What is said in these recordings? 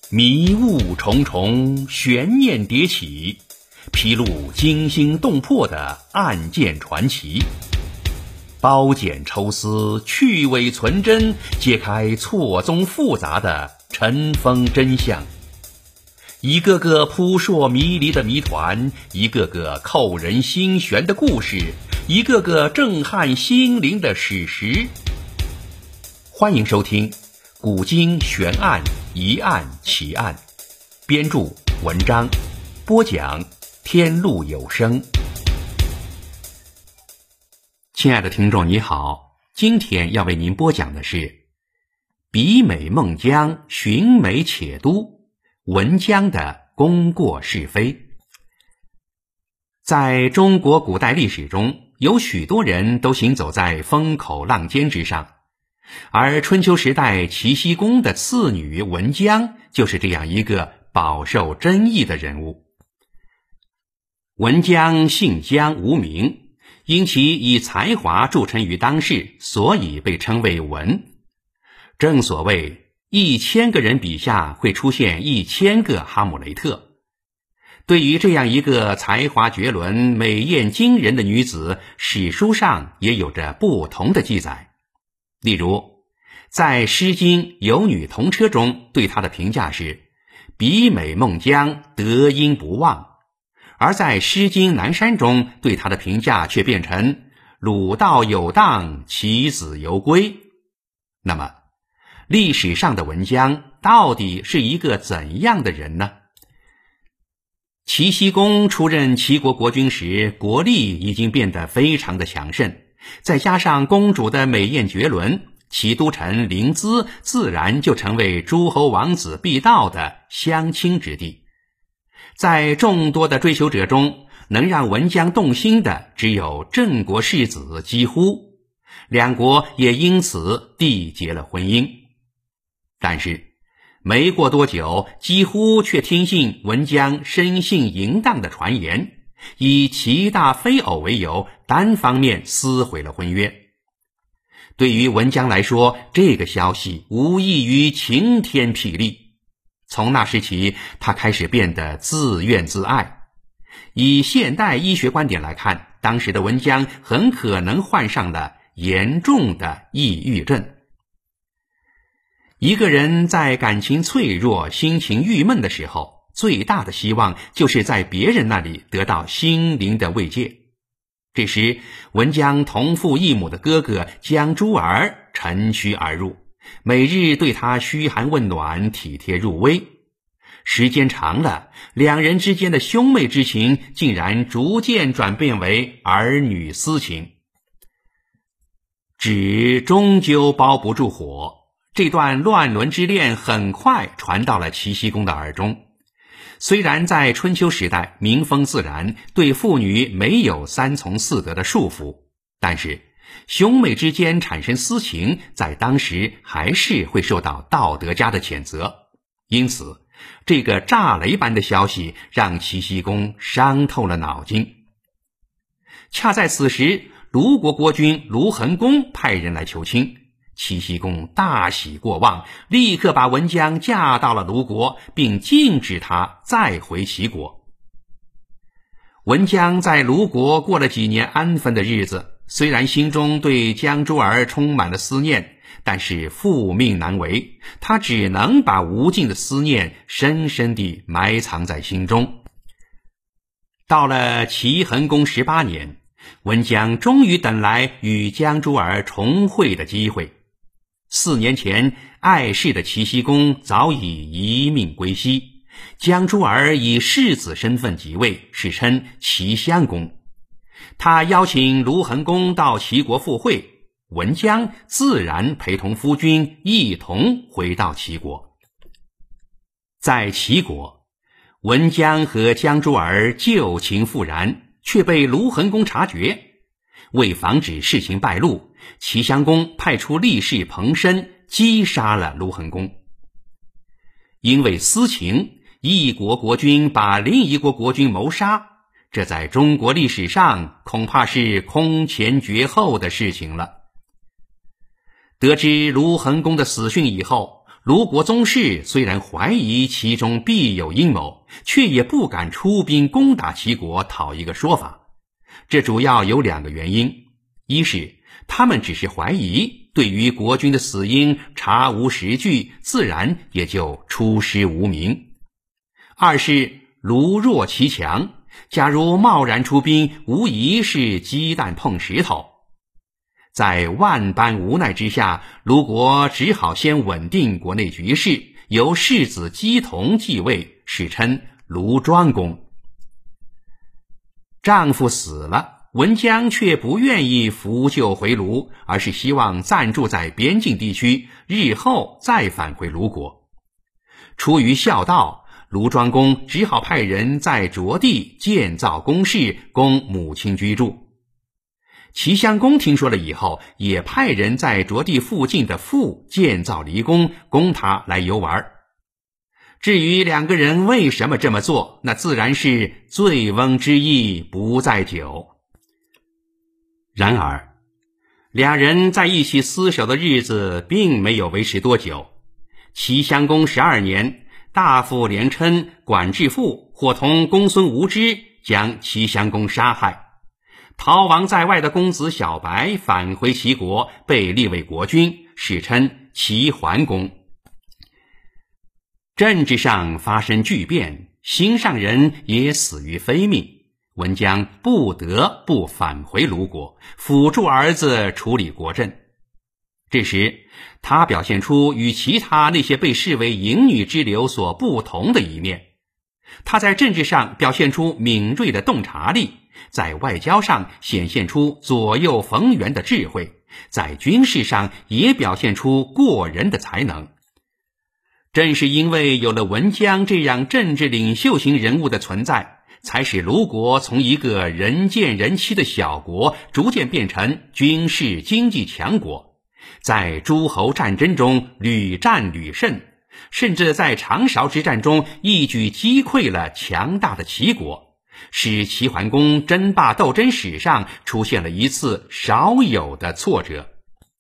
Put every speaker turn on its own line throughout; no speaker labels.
迷雾重重，悬念迭起，披露惊心动魄的案件传奇，包剪抽丝，去伪存真，揭开错综复杂的尘封真相。一个个扑朔迷离的谜团，一个个扣人心弦的故事，一个个震撼心灵的史实。欢迎收听古今悬案疑案奇案，编著文章，播讲天路有声。亲爱的听众你好，今天要为您播讲的是比美孟姜，寻美且都，文姜的功过是非。在中国古代历史中，有许多人都行走在风口浪尖之上，而春秋时代齐僖公的次女文姜就是这样一个饱受争议的人物。文姜姓姜无名，因其以才华著称于当世，所以被称为文。正所谓1000个人笔下会出现1000个哈姆雷特。对于这样一个才华绝伦、美艳惊人的女子，史书上也有着不同的记载。例如，在《诗经·有女同车》中对她的评价是比美孟姜，德音不忘，而在《诗经·南山》中对她的评价却变成鲁道有当，其子犹归。那么历史上的文姜到底是一个怎样的人呢？齐僖公出任齐国国君时，国力已经变得非常的强盛，再加上公主的美艳绝伦，齐都城临淄自然就成为诸侯王子必到的相亲之地。在众多的追求者中，能让文姜动心的只有郑国世子姬乎，两国也因此缔结了婚姻。但是没过多久，姬乎却听信文姜生性淫荡的传言，以齐大非偶为由，单方面撕毁了婚约。对于文姜来说，这个消息无异于晴天霹雳。从那时起，他开始变得自怨自艾。以现代医学观点来看，当时的文姜很可能患上了严重的抑郁症。一个人在感情脆弱、心情郁闷的时候，最大的希望就是在别人那里得到心灵的慰藉。这时，文姜同父异母的哥哥姜珠儿乘虚而入，每日对他嘘寒问暖，体贴入微。时间长了，两人之间的兄妹之情竟然逐渐转变为儿女私情。纸终究包不住火，这段乱伦之恋很快传到了齐僖公的耳中。虽然在春秋时代民风自然，对妇女没有3从4德的束缚，但是兄妹之间产生私情，在当时还是会受到道德家的谴责。因此这个炸雷般的消息让齐僖公伤透了脑筋。恰在此时，卢国国君卢桓公派人来求亲，齐僖公大喜过望，立刻把文姜嫁到了卢国，并禁止她再回齐国。文姜在卢国过了几年安分的日子，虽然心中对姜珠儿充满了思念，但是父命难违，他只能把无尽的思念深深地埋藏在心中。到了齐桓公18年，文姜终于等来与姜珠儿重会的机会。4年前，碍事的齐僖公早已一命归西，姜珠儿以世子身份即位，史称齐襄公。他邀请卢桓公到齐国赴会，文姜自然陪同夫君一同回到齐国。在齐国，文姜和姜珠儿旧情复燃，却被卢桓公察觉。为防止事情败露，齐襄公派出力士彭申击杀了卢桓公。因为私情，一国国君把另一国国君谋杀，这在中国历史上恐怕是空前绝后的事情了。得知卢桓公的死讯以后， 卢国宗室虽然怀疑其中必有阴谋，却也不敢出兵攻打齐国讨一个说法。这主要有2个原因：一是他们只是怀疑，对于国君的死因查无实据，自然也就出师无名；二是卢弱其强，假如贸然出兵，无疑是鸡蛋碰石头。在万般无奈之下，卢国只好先稳定国内局势，由世子姬同继位，史称卢庄公。丈夫死了，文姜却不愿意扶柩回卢，而是希望暂住在边境地区，日后再返回卢国。出于孝道，卢庄公只好派人在涿地建造宫室，供母亲居住。齐襄公听说了以后，也派人在涿地附近的阜建造离宫，供他来游玩。至于2个人为什么这么做，那自然是醉翁之意不在酒。然而2人在一起厮守的日子并没有维持多久。齐襄公12年，大夫连琛、管至父伙同公孙无知将齐襄公杀害。逃亡在外的公子小白返回齐国，被立为国君，史称齐桓公。政治上发生巨变，心上人也死于非命，文姜不得不返回卢国，辅助儿子处理国政。这时他表现出与其他那些被视为淫女之流所不同的一面。他在政治上表现出敏锐的洞察力，在外交上显现出左右逢源的智慧，在军事上也表现出过人的才能。正是因为有了文姜这样政治领袖型人物的存在，才使卢国从一个人见人欺的小国逐渐变成军事经济强国，在诸侯战争中屡战屡胜，甚至在长勺之战中一举击溃了强大的齐国，使齐桓公争霸斗争史上出现了一次少有的挫折。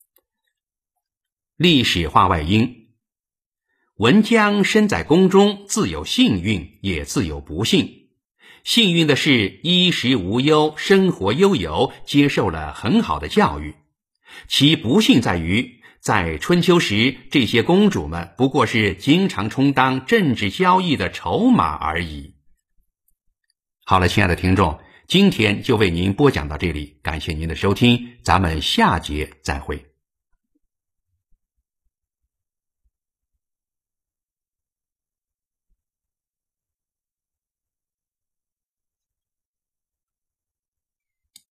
历史话外音：文姜身在宫中，自有幸运，也自有不幸。幸运的是衣食无忧，生活悠游，接受了很好的教育。其不幸在于，在春秋时，这些公主们不过是经常充当政治交易的筹码而已。好了，亲爱的听众，今天就为您播讲到这里，感谢您的收听，咱们下节再会。